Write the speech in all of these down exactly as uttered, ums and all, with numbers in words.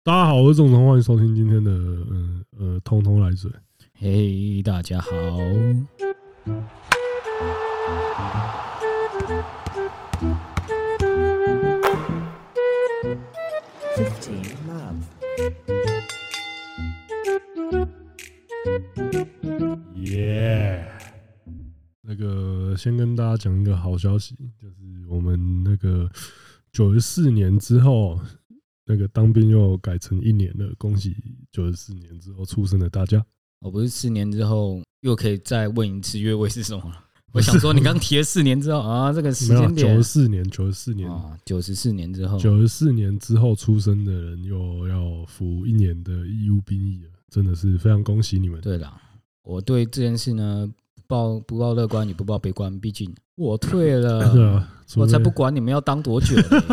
大家好，我是钟彤，欢迎收听今天的嗯呃通通来嘴。 嘿，大家好。 Fifteen love. Yeah， 那个先跟大家讲一个好消息，就是我们那个九十四年之后，那个当兵又改成一年了，恭喜九十四年之后出生的大家。 我不是四年之后又可以再问一次越位是什么了？我想说，你刚提了四年之后啊，这个时间点， 九十四年，九十四年啊，九十四年之后， 九十四年之后出生的人又要服一年的义务兵役了，真的是非常恭喜你们。 对啦，我对这件事呢不抱不抱乐观，也不抱悲观，毕竟我退了，啊、我才不管你们要当多久嘞。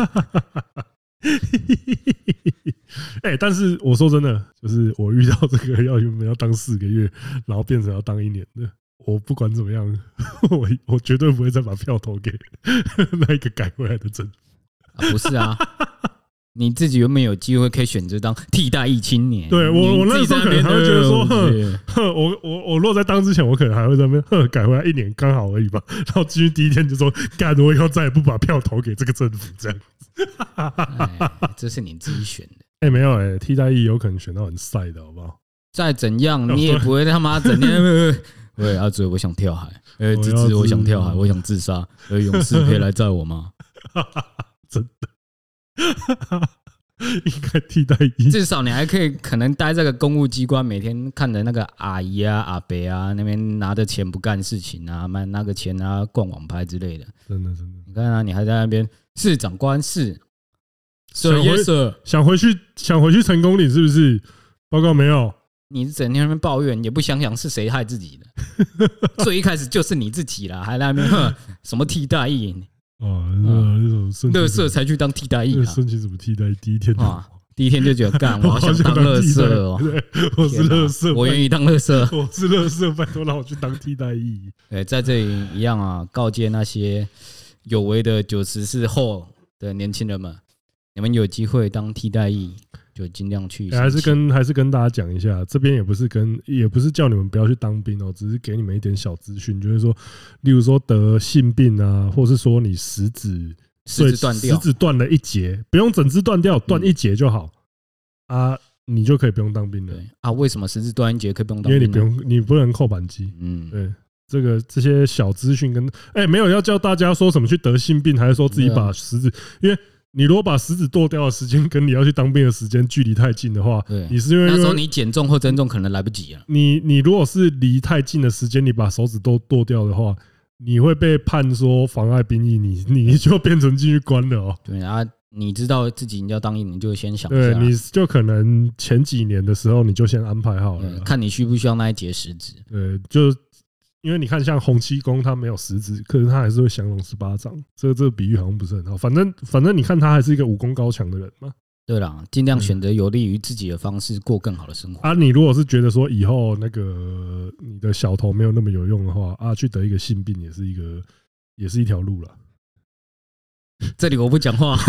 哎、欸，但是我说真的，就是我遇到这个要原本要当四个月，然后变成要当一年的。我不管怎么样，我我绝对不会再把票投给那一个改回来的政府、 啊。不是啊，你自己原本有机会可以选择当替代役青年。 对我，我那时候可能还会觉得说，哼，我我我落在当之前，我可能还会在那边，哼，改回来一年刚好而已吧。然后进去第一天就说，干，我以后再也不把票投给这个政府，这样子。 哎，这是你自己选的。 哎、欸，没有哎、欸，替代役有可能选到很晒的，好不好？ 再怎样，你也不会他妈整天。喂，阿嘴，我想跳海。哎，芝芝，我想跳海，我想自杀。呃，勇士可以来载我吗？ 真的，应该替代役。 至少你还可以可能待在个公务机关，每天看着那个阿姨啊、阿伯啊那边拿着钱不干事情啊，拿个钱啊逛网拍之类的。 真的真的， 你看啊，你还在那边是长官是。Sir, yes, sir. 想回去，想回去成功岭是不是？报告没有。 你整天在那边抱怨，也不想想是谁害自己的。最一开始就是你自己啦，还在那边什么替代役？ 哦，那种垃圾才去当替代役啊！ 申请什么替代役？第一天啊，第一天就觉得干，我好想当垃圾哦！ 我是垃圾， 我愿意当垃圾。 我是垃圾，拜托让我去当替代役。 对，在这里一样啊，告诫那些有为的九十四后的年轻人们，你们有机会当替代役。就尽量去、欸， 还是跟还是跟大家讲一下，这边也不是跟也不是叫你们不要去当兵哦，只是给你们一点小资讯，就是说，例如说得性病啊，或是说你食指食指断掉， 食指断了一节，不用整只断掉，断一节就好、嗯、啊，你就可以不用当兵了。 对啊，为什么食指断一节可以不用当兵？ 因为你不用，你不能扣扳机。嗯，对。这个这些小资讯跟哎、欸，没有要教大家说什么去得性病，还是说自己把食指，因为。你如果把食指剁掉的时间跟你要去当兵的时间距离太近的话，你是因为那时候你减重或增重可能来不及了。 你你如果是离太近的时间，你把手指都剁掉的话，你会被判说妨碍兵役，你你就变成进去关了哦。 对啊，你知道自己要当役，你就先想一下。对，你就可能前几年的时候你就先安排好了， 看你需不需要那一节食指。 对，就。因为你看，像洪七公他没有食指，可是他还是会降龙十八掌。这个这个比喻好像不是很好。反正反正你看他还是一个武功高强的人嘛。 对啦，尽量选择有利于自己的方式过更好的生活。 啊，你如果是觉得说以后那个你的小头没有那么有用的话，啊，去得一个性病也是一个也是一条路啦。 这里我不讲话，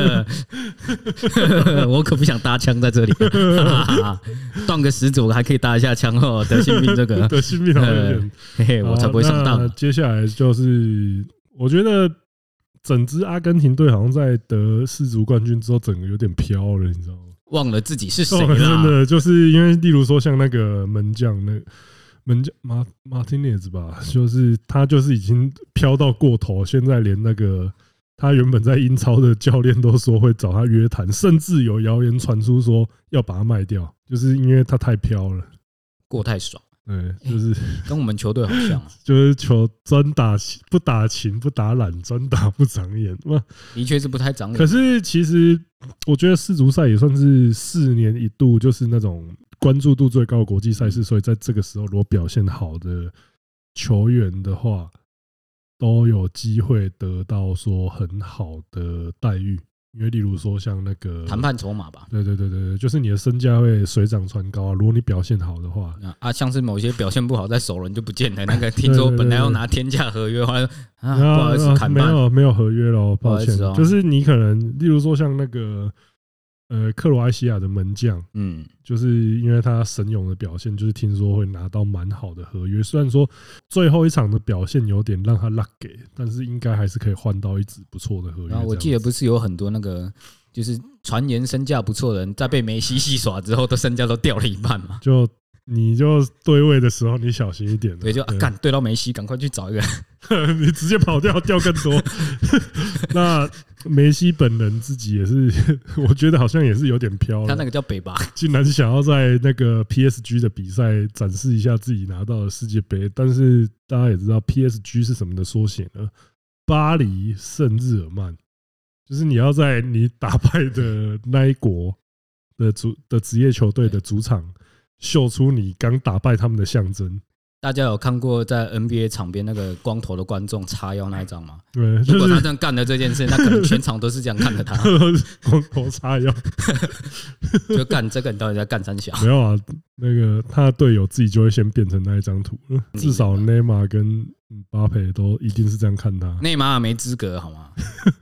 我可不想搭枪在这里。断个食指我还可以搭一下枪哦，得性病这个得性病好一点， 嘿嘿，我才不会上当。 接下来就是我觉得整支阿根廷队好像在得世足冠军之后，整个有点飘了，你知道吗？ 忘了自己是谁了。 真的就是因为，例如说像那个门将那。门将马马丁内兹吧，就是他就是已经飘到过头，现在连那个他原本在英超的教练都说会找他约谈，甚至有谣言传出说要把他卖掉，就是因为他太飘了， 过太爽。 对，就是跟我们球队好像、啊， 就是球专打不打勤，不打懒，专打不长眼嘛。 的确是不太长眼。 可是其实我觉得世足赛也算是四年一度，就是那种关注度最高的国际赛事，所以在这个时候，如果表现好的球员的话，都有机会得到说很好的待遇。因为例如说像那个谈判筹码吧， 对对对对，就是你的身价会水涨船高啊。如果你表现好的话， 啊，像是某些表现不好，在首轮就不见了。那个听说本来要拿天价合约，啊，不好意思，砍半， 没有没有合约了，抱歉。就是你可能例如说像那个呃克罗埃西亚的门将， 嗯， 就是因为他神勇的表现，就是听说会拿到蛮好的合约。虽然说最后一场的表现有点让他落给，但是应该还是可以换到一支不错的合约。 然后我记得不是有很多那个就是传言身价不错的人，在被梅西戏耍之后，都身价都掉了一半嘛。 就你就对位的时候，你小心一点。 对，就啊干对到梅西，赶快去找一个， 你直接跑掉掉更多。那梅西本人自己也是，我觉得好像也是有点飘了。 他那个叫北巴， 竟然想要在那个 P S G 的比赛展示一下自己拿到的世界杯，但是大家也知道 P S G 是什么的缩写呢？巴黎圣日耳曼，就是你要在你打败的那一国的主的职业球队的主场秀出你刚打败他们的象征。 大家有看过在 N B A 场边那个光头的观众叉腰那一张吗？ 对， 如果他这样干了这件事，那可能全场都是这样看着他， 光头叉腰， 就干这个你到底在干三小？ 没有啊，那个他的队友自己就会先变成那一张图，至少内马尔跟巴佩都一定是这样看他。 内马尔没资格好吗？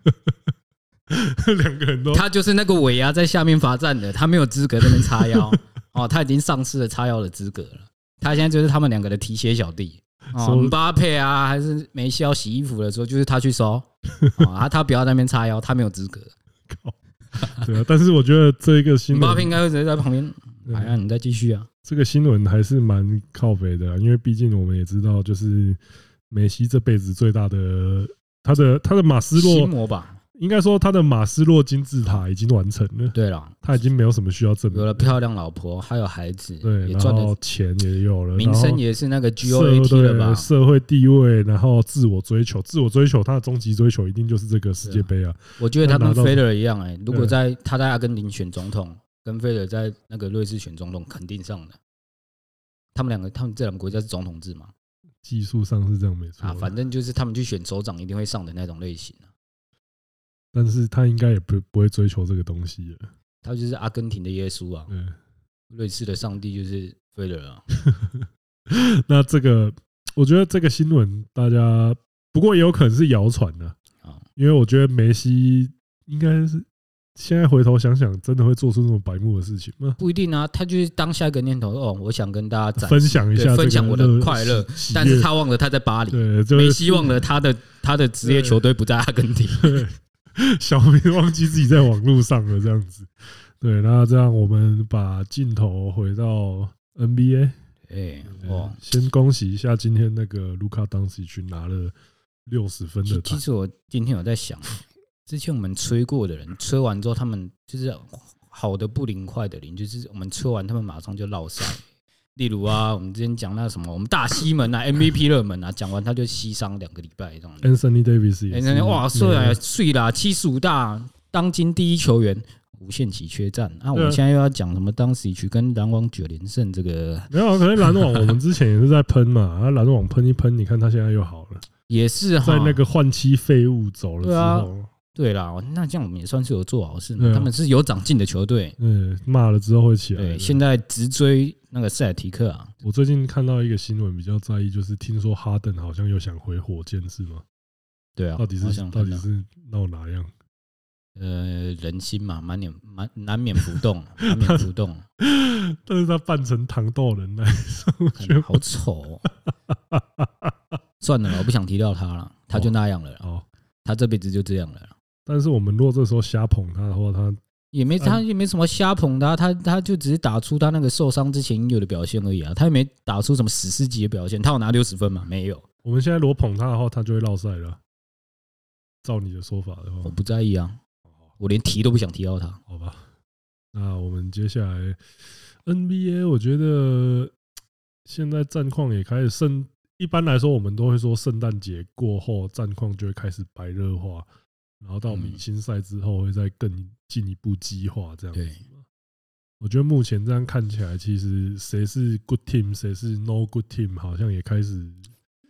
两个人都， 他就是那个尾牙在下面罚站的，他没有资格在那边叉腰哦，他已经丧失了叉腰的资格了。他现在就是他们两个的提鞋小弟哦，姆巴佩啊，还是梅西要洗衣服的时候，就是他去收啊，他不要在那边叉腰，他没有资格。 对啊，但是我觉得这个新闻， 姆巴佩应该会直接在旁边，哎呀，你再继续啊。 这个新闻还是蛮靠北的，因为毕竟我们也知道，就是梅西这辈子最大的他的他的马斯洛心魔吧。 应该说他的马斯洛金字塔已经完成了。 对了， 他已经没有什么需要证明， 有了漂亮老婆，还有孩子， 对， 也赚了钱也有了， 名声也是那个 G O A T 了吧？ 社会地位，然后自我追求，自我追求，他的终极追求一定就是这个世界杯啊！ 我觉得他跟菲勒一样，哎，如果在他在阿根廷选总统，跟菲勒在那个瑞士选总统，肯定上的。他们两个，他们这两个国家是总统制嘛？ 技术上是这样没错啊，反正就是他们去选首长一定会上的那种类型啊。 但是他应该也不不会追求这个东西了。 他就是阿根廷的耶稣啊，瑞士的上帝就是菲勒啊。 那这个，我觉得这个新闻大家不过也有可能是谣传的，因为我觉得梅西应该是现在回头想想，真的会做出这种白目的事情吗？ 不一定啊，他就是当下一个念头哦，我想跟大家分享一下， 分享我的快乐，但是他忘了他在巴黎， 对， 梅西忘了他的他的职业球队不在阿根廷。 小明忘记自己在网络上了，这样子。对，那这样我们把镜头回到 N B A。 哎，哦， 先恭喜一下今天那个卢卡当时去拿了六十分的。 其实我今天有在想，之前我们吹过的人，吹完之后他们就是好的不灵，坏的灵，就是我们吹完他们马上就落赛。例如啊，我们之前讲那什么，我们大西门啊 ，M V P 热门啊，讲完他就膝伤两个礼拜这样。 Anthony Davis 也是， 哇，睡啊睡啦，七十五大当今第一球员，无限期缺战。那、啊、我们现在又要讲什么？当时去跟篮网九连胜，这个没有，可能篮网我们之前也是在喷嘛，啊，篮网喷一喷，你看他现在又好了， 也是在那个换妻废物走了之后。 对啦，那这样我们也算是有做好事嘛。他们是有长进的球队， 嗯，骂了之后会起来。 对，现在直追那个塞尔提克啊。 我最近看到一个新闻，比较在意，就是听说哈登好像又想回火箭，是吗？ 对啊， 到底是到底是闹哪样？ 呃，人心嘛，难免难难免浮动，难免浮动。 但是他扮成糖豆人来，我觉得好丑。算了，我不想提到他了，他就那样了。哦。他这辈子就这样了， 但是我们如果这时候瞎捧他的话，他也没他也没什么瞎捧他，他他就只是打出他那个受伤之前应有的表现而已啊，他也没打出什么史诗级的表现。他有拿六十分吗？没有。 我们现在如果捧他的话，他就会落赛了。照你的说法的话， 我不在意啊，我连提都不想提到他。 好吧，那我们接下来 N B A， 我觉得现在战况也开始胜。一般来说，我们都会说圣诞节过后战况就会开始白热化，然后到明星赛之后会再更进一步激化这样子。我觉得目前这样看起来，其实谁是 good team， 谁是 no good team， 好像也开始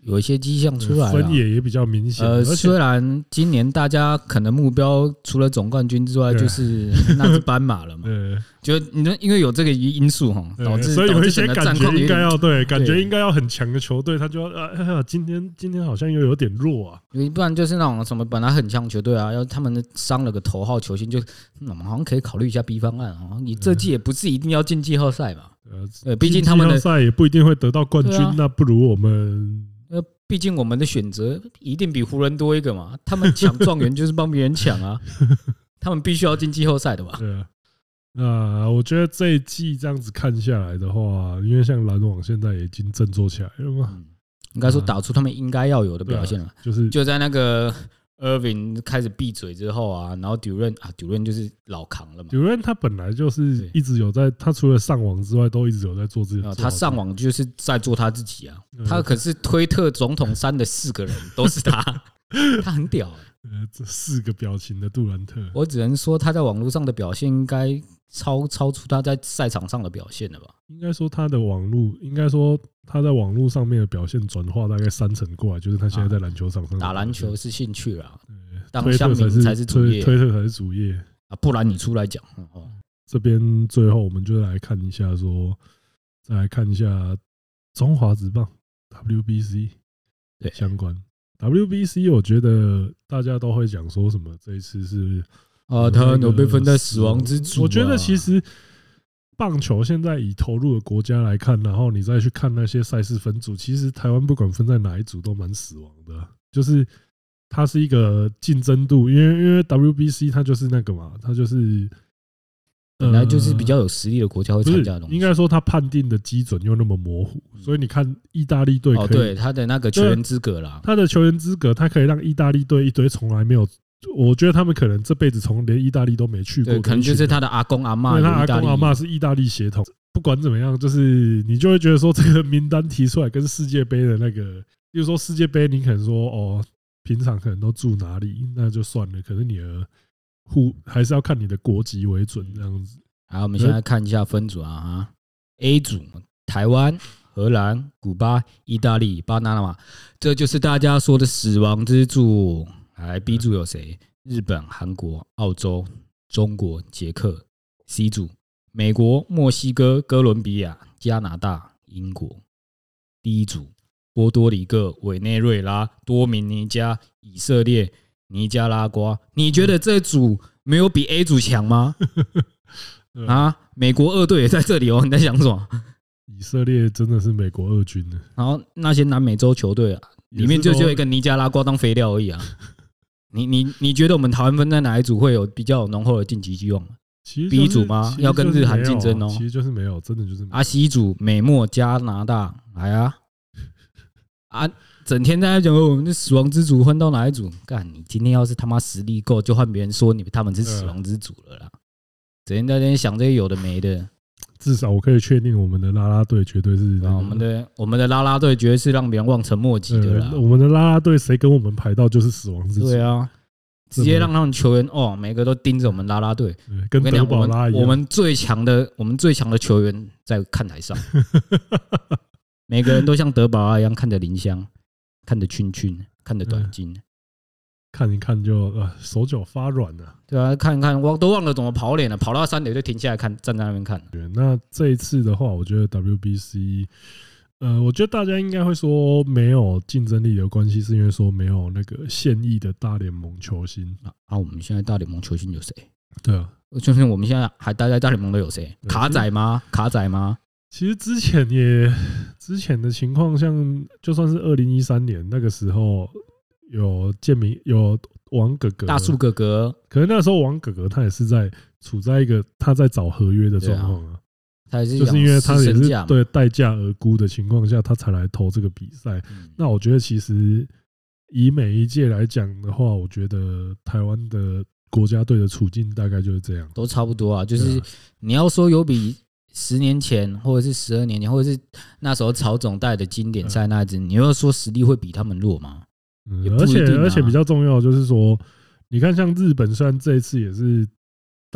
有一些迹象出来了， 分野也比较明显。 呃，虽然今年大家可能目标除了总冠军之外，就是那只斑马了嘛。 对， 就你因为有这个因素哈，导致所以有一些感觉应该要对，感觉对应该要很强的球队，他就要啊，今天今天好像又有点弱啊。 不然就是那种什么本来很强球队啊，要他们伤了个头号球星，就我们好像可以考虑一下 B 方案啊。你这季也不是一定要进季后赛嘛。呃，毕竟他们的赛也不一定会得到冠军， 啊、 那不如我们呃，毕竟我们的选择一定比湖人多一个嘛。他们抢状元就是帮别人抢啊，他们必须要进季后赛的吧？ 对啊。那我觉得这一季这样子看下来的话，因为像篮网现在已经振作起来了嘛， 嗯、应该说打出他们应该要有的表现了、啊。 就是就在那个 Irving 开始闭嘴之后啊，然后 Durant 啊 Durant 就是老扛了嘛。 Durant 他本来就是一直有在，他除了上网之外，都一直有在做自己。 他上网就是在做他自己啊，他可是推特总统山的四个人都是他，他很屌、欸。 呃，这四个表情的杜兰特， 我只能说他在网络上的表现应该超超出他在赛场上的表现了吧？ 应该说他的网络，应该说他在网络上面的表现转化大概三成过来，就是他现在在篮球场上打篮球是兴趣啦， 当乡民才是主业， 推特才是主业啊，不然你出来讲。 这边最后我们就来看一下，说再来看一下中华职棒 W B C 相关。W B C 我觉得大家都会讲说什么这一次是啊，他有被分在死亡之组、啊。 我觉得其实棒球现在以投入的国家来看，然后你再去看那些赛事分组，其实台湾不管分在哪一组都蛮死亡的，就是它是一个竞争度，因为因为 W B C 它就是那个嘛，它就是本来就是比较有实力的国家会参加的东西。 应该说它判定的基准又那么模糊，所以你看意大利队， 哦，对他的那个球员资格啦， 他的球员资格，他可以让意大利队一堆从来没有，我觉得他们可能这辈子从连意大利都没去过， 对，可能就是他的阿公阿嬷， 他阿公阿嬷是意大利血统。不管怎么样，就是你就会觉得说，这个名单提出来跟世界杯的那个，比如说世界杯，你可能说哦，平常可能都住哪里，那就算了，可是你的户还是要看你的国籍为准这样子。 好，我们现在看一下分组啊 ，A 组台湾、荷兰、古巴、意大利、巴拿马，这就是大家说的死亡之组。来 ，B 组有谁？日本、韩国、澳洲、中国、捷克。C 组美国、墨西哥、哥伦比亚、加拿大、英国。D 组波多黎各、委内瑞拉、多米尼加、以色列、尼加拉瓜。你觉得这组没有比 A 组强吗？啊，美国二队也在这里哦，你在想什么？ 以色列真的是美国二军的， 然后那些南美洲球队啊，里面就只有一个尼加拉瓜当肥料而已啊。你你你觉得我们台湾分在哪一组会有比较浓厚的晋级希望？ 其实 B 组吗？要跟日韩竞争哦。 其实就是没有，真的就是没有。 啊 C 组美墨加拿大，来啊啊！整天在讲我们的死亡之组换到哪一组？干，你今天要是他妈实力够，就换别人说你他们是死亡之组了啦。整天在那边想这些有的没的， 至少我可以确定，我们的啦啦队绝对是、那個、 我们的我们的啦啦队绝对是让别人望尘莫及的啦。 我们的啦啦队谁跟我们排到就是死亡之组。 对啊，直接让他们球员哦，每个都盯着我们啦啦队， 跟德保拉一样。 我们最强的，我们最强的球员在看台上，每个人都像德保拉一样看着林香，看着群群，看着短金。 看一看就呃手脚发软了， 对啊，看一看我都忘了怎么跑脸了，跑到三垒就停下来看，站在那边看。 对，那这一次的话，我觉得 W B C， 呃，我觉得大家应该会说没有竞争力的关系，是因为说没有那个现役的大联盟球星啊。啊，我们现在大联盟球星有谁？ 对啊， 就是我们现在还待在大联盟的有谁？卡仔吗？卡仔吗？ 其实之前也之前的情况，像就算是二零一三年那个时候。有建明，有王哥哥， 大树哥哥。 可是那时候王哥哥他也是在处在一个他在找合约的状况啊， 他也是就是因为他也是对待价而沽的情况下，他才来投这个比赛。那我觉得其实以每一届来讲的话，我觉得台湾的国家队的处境大概就是这样， 都差不多啊。就是你要说有比十年前，或者是十二年前，或者是那时候曹总带的经典赛那一支，你要说实力会比他们弱吗？ 嗯，而且而且比较重要就是说，你看像日本，虽然这一次也是大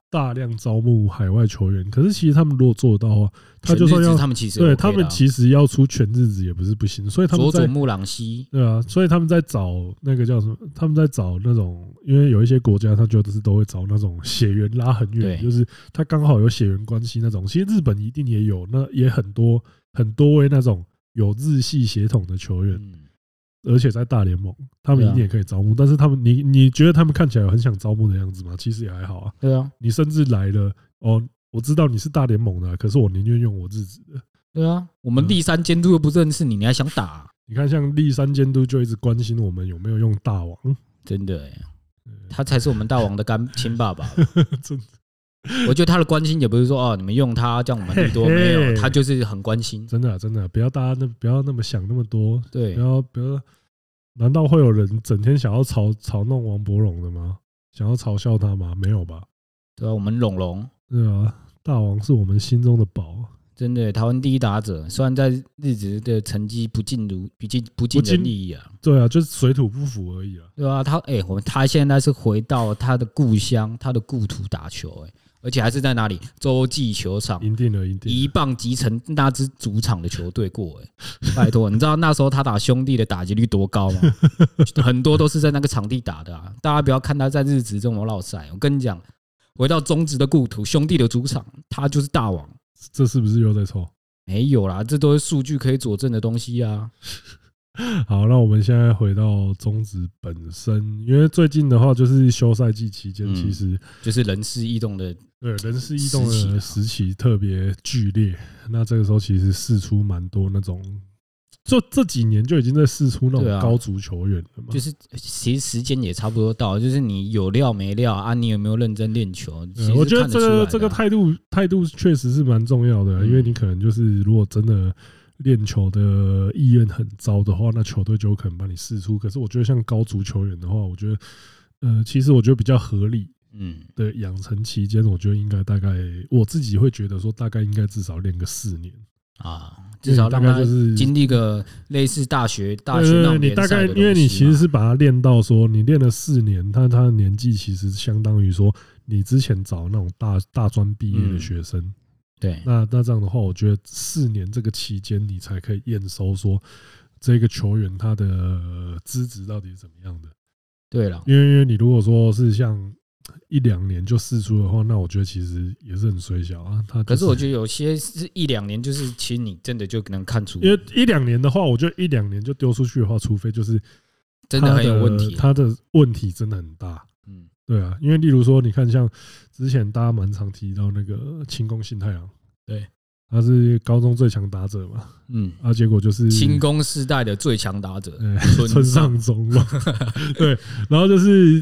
大量招募海外球员，可是其实他们如果做得到的话，他就算要他们其实对他们其实要出全日子也不是不行，所以他们在佐佐木朗希对啊，所以他们在找那个叫什么？他们在找那种，因为有一些国家他就是都会找那种血缘拉很远，就是他刚好有血缘关系那种。其实日本一定也有，那也很多很多位那种有日系血统的球员。嗯，而且在大联盟，他们一定也可以招募，但是他们，你你觉得他们看起来有很想招募的样子吗？其实也还好啊。 对啊， 你甚至来了哦，我知道你是大联盟的，可是我宁愿用我日子的。 对啊，我们立山监督又不认识你，你还想打啊？ 你看，像立山监督就一直关心我们有没有用大王， 真的欸，他才是我们大王的干亲爸爸。 真的。 我觉得他的关心也不是说哦，你们用他这样我们利多，没有，他就是很关心。 真的、啊、真的、啊，不要大家那不要那么想那么多， 对， 不要不要。难道会有人整天想要嘲嘲弄王柏融的吗？想要嘲笑他吗？没有吧？ 对啊，我们龙龙， 对啊，大王是我们心中的宝。 真的，台湾第一打者，虽然在日职的成绩不尽如不尽不尽人意啊， 对啊，就是水土不服而已啊。 对啊，他哎、欸，我们他现在是回到他的故乡、他的故土打球、欸，哎，而且还是在哪里？洲际球场， 赢定了，赢定了， 一棒击沉那支主场的球队过、欸，哎，拜托，你知道那时候他打兄弟的打击率多高吗？很多都是在那个场地打的啊。大家不要看他在日职这么落赛，我跟你讲，回到中职的故土，兄弟的主场，他就是大王。 这是不是又在抽？ 没有啦，这都是数据可以佐证的东西啊。 好，那我们现在回到中职本身，因为最近的话就是休赛季期间，其实、嗯、 就是人事异动的， 对人事异动的时期特别剧烈。那这个时候其实释出蛮多那种，就这几年就已经在释出那种高足球员了嘛。就是其实时间也差不多到，就是你有料没料啊，你有没有认真练球？ 我觉得这个这个态度态度确实是蛮重要的，因为你可能就是如果真的练球的意愿很糟的话，那球队就有可能把你释出。可是我觉得像高足球员的话，我觉得呃，其实我觉得比较合理。嗯，的养成期间，我觉得应该大概我自己会觉得说，大概应该至少练个四年啊，至少大概就是经历个类似大学大学那种你大概因为你其实是把它练到说，你练了四年，他他的年纪其实相当于说你之前找那种大大专毕业的学生。嗯， 对， 那那这样的话，我觉得四年这个期间，你才可以验收说这个球员他的资质到底是怎么样的。 对了， 因为因为你如果说是像一两年就释出的话，那我觉得其实也是很衰小啊。他、就是、 可是我觉得有些是一两年，就是其实你真的就能看出， 因为一两年的话，我觉得一两年就丢出去的话，除非就是真的很有问题， 他的问题真的很大。嗯，对啊，因为例如说，你看像之前大家蛮常提到那个清宫信太郎， 对， 他是高中最强打者嘛，嗯，啊，结果就是清宫世代的最强打者， 村上宗嘛，对，然后就是。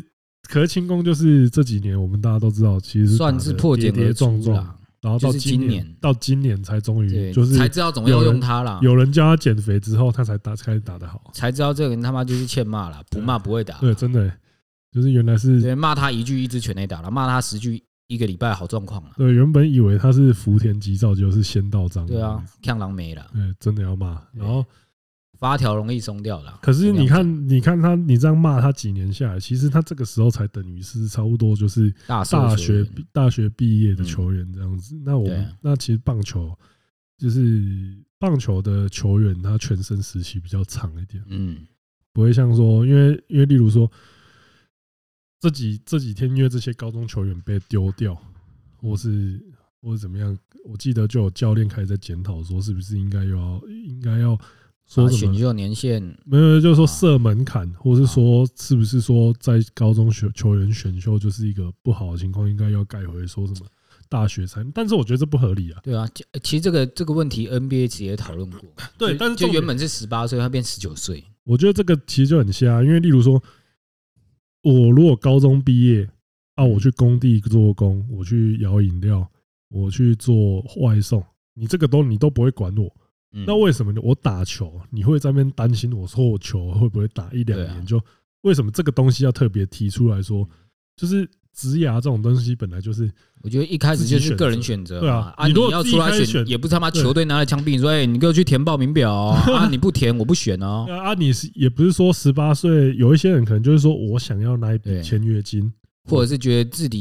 可是清宫就是这几年我们大家都知道，其实算是破茧而出啦， 然后到今年到今年才终于就是才知道怎么样用他啦。 有人叫他减肥之后，他才打开始打得好， 才知道这个人他妈就是欠骂啦，不骂不会打。 对，真的就是原来是对骂他一句一支全垒打了，骂他十句一个礼拜好状况了。 对，原本以为他是福田吉兆，结果是仙道章。 对啊，看狼没了。 对，真的要骂，然后。 发条容易松掉了， 可是你看，你看他，你这样骂他几年下来，其实他这个时候才等于是差不多就是大学大学毕业的球员这样子。那我们那其实棒球就是棒球的球员，他全盛时期比较长一点，嗯，不会像说，因为因为例如说这几这几天，因为这些高中球员被丢掉，或是或是怎么样，我记得就有教练开始在检讨说，是不是应该要应该要。说什么选秀年限没有，就是说设门槛，或是说是不是说在高中球球员选秀就是一个不好的情况，应该要改回说什么大学才？但是我觉得这不合理啊。 对啊，其实这个这个问题 N B A 其实也讨论过。 对，但是就原本是十八岁，他变十九岁。 我觉得这个其实就很瞎，因为例如说，我如果高中毕业啊，我去工地做工，我去摇饮料，我去做外送，你这个都你都不会管我。那为什么呢？我打球，你会在那边担心我说我球会不会打一两年？就为什么这个东西要特别提出来说？就是职涯这种东西本来就是， 我觉得一开始就是个人选择。 对啊， 啊，你要出来选，也不是他妈球队拿来枪毙你说，哎，你给我去填报名表啊！你不填，我不选哦。 啊，你是也不是说十八岁，有一些人可能就是说我想要那一笔签约金， 或者是觉得自己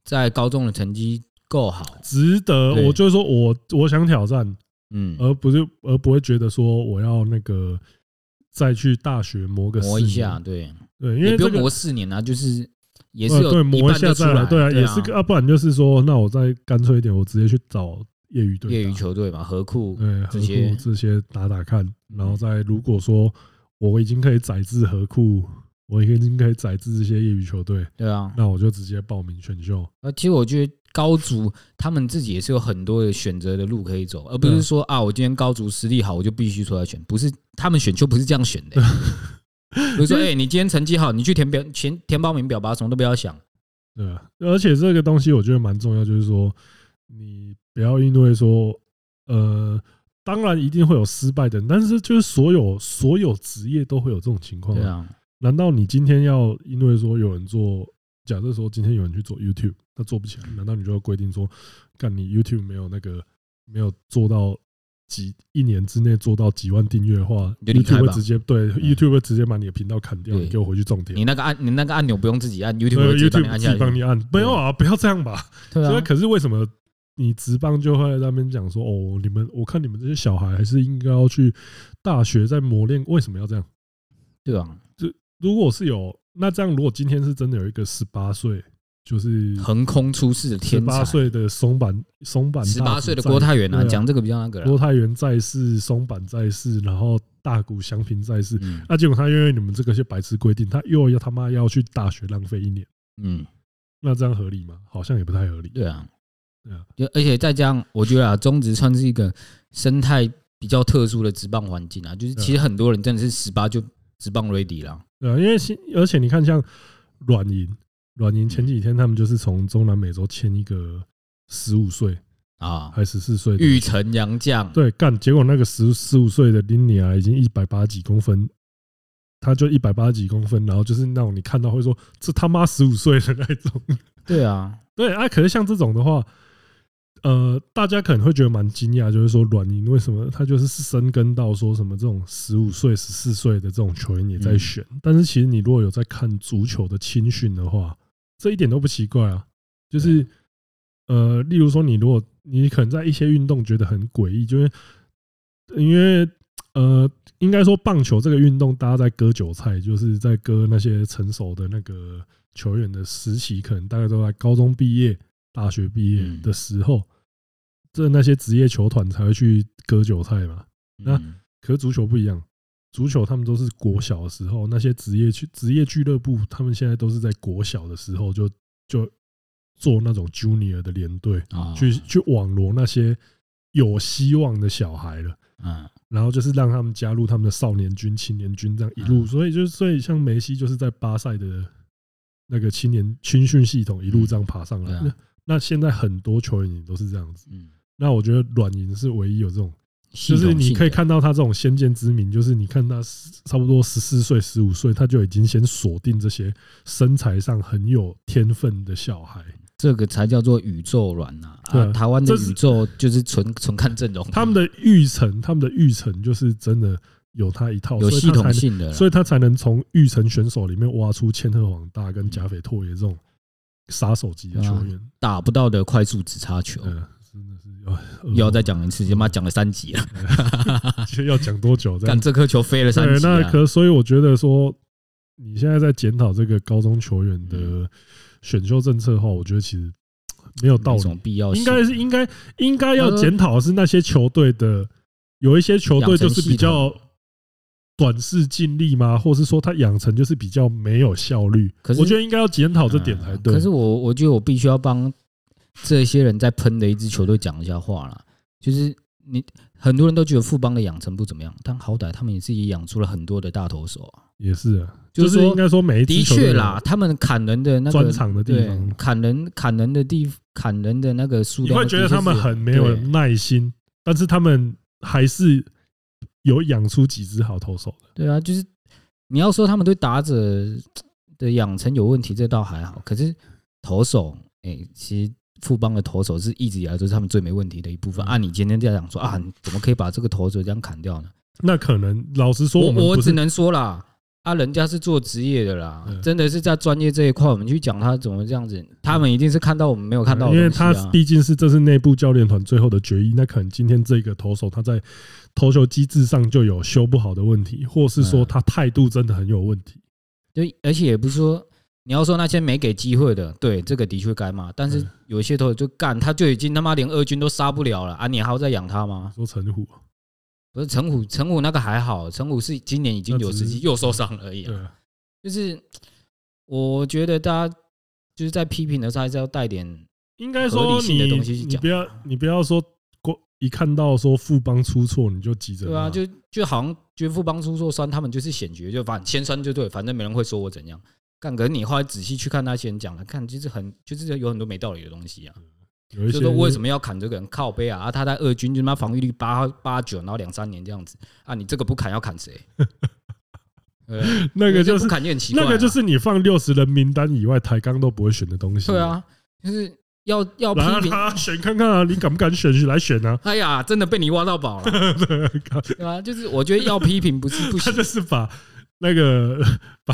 在高中的成绩够好， 值得。我就是说我我想挑战，嗯，而不是而不会觉得说我要那个再去大学磨个磨一下，对对，因为不用磨四年啊，就是也是有对磨一下再来，对啊， 对也是啊，不然就是说，那我再干脆一点，我直接去找业余队、 业余球队嘛，河库对河库这些打打看，然后再如果说我已经可以载至河库。我已经可以载至这些业余球队， 对啊， 那我就直接报名选秀。 呃，其实我觉得高足他们自己也是有很多的选择的路可以走，而不是说啊，我今天高足实力好，我就必须出来选，不是他们选秀不是这样选的。比如说，哎，你今天成绩好，你去填表填填报名表吧，什么都不要想。 对啊，而且这个东西我觉得蛮重要，就是说你不要因为说，呃，当然一定会有失败的人，但是就是所有所有职业都会有这种情况。 对啊。 难道你今天要因为说有人做，假设说今天有人去做 YouTube， 他做不起来，难道你就要规定说，干你 YouTube 没有那个没有做到几一年之内做到几万订阅的话 ，YouTube 会直接对 YouTube 会直接把你的频道砍掉，你给我回去种田。 你那个按你那个按钮不用自己按 ，YouTube 会直接帮你按。 帮你按，没有啊，不要这样吧。 对啊。 可是为什么你职棒就会在那边讲说，哦，你们我看你们这些小孩还是应该要去大学再磨练，为什么要这样？ 对啊。 如果是有那这样，如果今天是真的有一个十八岁，就是横空出世的天才， 十八岁的松坂松坂， 十八岁的郭泰源啊，讲这个比较那个。 郭泰源在世，松坂在世，然后大谷翔平在世，那结果他因为你们这个些白痴规定，他又要他妈要去大学浪费一年，嗯，那这样合理吗？好像也不太合理。 对啊， 对啊， 而且再加上，我觉得啊，中职算是一个生态比较特殊的职棒环境啊，就是其实很多人真的是十八就职棒 ready 了。 对啊，因为而且你看，像软银，软银前几天他们就是从中南美洲签一个十五岁啊，还十四岁玉成洋将， 对，干，结果那个十十五岁的林尼亚已经一百八几公分，他就一百八几公分，然后就是那种你看到会说这他妈十五岁的那种。 对啊， 对啊，可是像这种的话。呃，大家可能会觉得蛮惊讶，就是说软银为什么他就是深耕到说什么这种十五岁、十四岁的这种球员也在选，但是其实你如果有在看足球的青训的话，这一点都不奇怪啊。就是呃，例如说你如果你可能在一些运动觉得很诡异，就是因为呃，应该说棒球这个运动大家在割韭菜，就是在割那些成熟的那个球员的时期，可能大概都在高中毕业。大学毕业的时候，这那些职业球团才会去割韭菜嘛。那可是足球不一样，足球他们都是国小的时候，那些职业去职业俱乐部，他们现在都是在国小的时候就就做那种 junior 的联队，去去网罗那些有希望的小孩了。嗯，然后就是让他们加入他们的少年军、青年军，这样一路，所以就所以像梅西就是在巴塞的那个青年青训系统一路这样爬上来。那现在很多球员也都是这样子，那我觉得软银是唯一有这种，就是你可以看到他这种先见之明，就是你看他差不多十四岁、十五岁，他就已经先锁定这些身材上很有天分的小孩， 这个才叫做宇宙软呐！啊，台湾的宇宙就是纯纯看阵容， 他们的育成，他们的育成就是真的有他一套， 有系统性的， 所以他才能从育成选手里面挖出千鹤晃大跟甲斐拓也这种。杀手级的球员， 打不到的快速直插球，真的是要又要再讲一次，他妈讲了三集了， 要讲多久？ 干这颗球飞了三集， 那可所以我觉得说，你现在在检讨这个高中球员的选秀政策的话，我觉得其实没有道理， 必要应该是应该应该要检讨的是那些球队的，有一些球队就是比较。短视尽力吗？或是说他养成就是比较没有效率？可是我觉得应该要检讨这点才对。 可是我我觉得我必须要帮这些人在喷的一支球队讲一下话啦。就是你很多人都觉得富邦的养成不怎么样，但好歹他们也自己养出了很多的大投手啊。 也是啊，就是应该说每一支球队的确啦，他们砍人的那个专长的地方， 砍人砍人的地砍人的那个数量， 你会觉得他们很没有耐心，但是他们还是。有养出几只好投手的， 对啊，就是你要说他们对打者的养成有问题，这倒还好。可是投手，哎、欸，其实富邦的投手是一直以来都是他们最没问题的一部分。按、嗯啊、你今天这样讲说啊，你怎么可以把这个投手这样砍掉呢？ 那可能老实说我， 我我只能说啦， 啊，人家是做职业的啦，真的是在专业这一块，我们去讲他怎么这样子，他们一定是看到我们没有看到的东西啊。 因为他毕竟是这是内部教练团最后的决议，那可能今天这个投手他在投球机制上就有修不好的问题，或是说他态度真的很有问题。 对，而且也不是说你要说那些没给机会的，对这个的确该骂，但是有一些投手就干，他就已经他妈连二军都杀不了了啊，你还要再养他吗？ 说陈虎。 不是陈虎，陈虎那个还好，陈虎是今年已经有时机又受伤了而已啊。就是我觉得大家就是在批评的时候还是要带点应该说你你不要你不要说一看到说富邦出错你就急着对啊，就就好像觉得富邦出错酸他们就是险决，就反正先酸就对，反正没人会说我怎样。干，可是你后来仔细去看那些人讲的，看就是很就是有很多没道理的东西啊。就说为什么要砍这个人靠背啊？啊，他在二军就他妈防御率八八九，然后两三年这样子啊，你这个不砍要砍谁？ 那个就是不砍就很奇怪、啊， 那个就是你放六十人名单以外，台钢都不会选的东西。 对啊，就是要要批评他选看看啊，你敢不敢选来选啊？ 哎呀，真的被你挖到宝了，对吧？就是我觉得要批评不是不行， 他就是把那个把。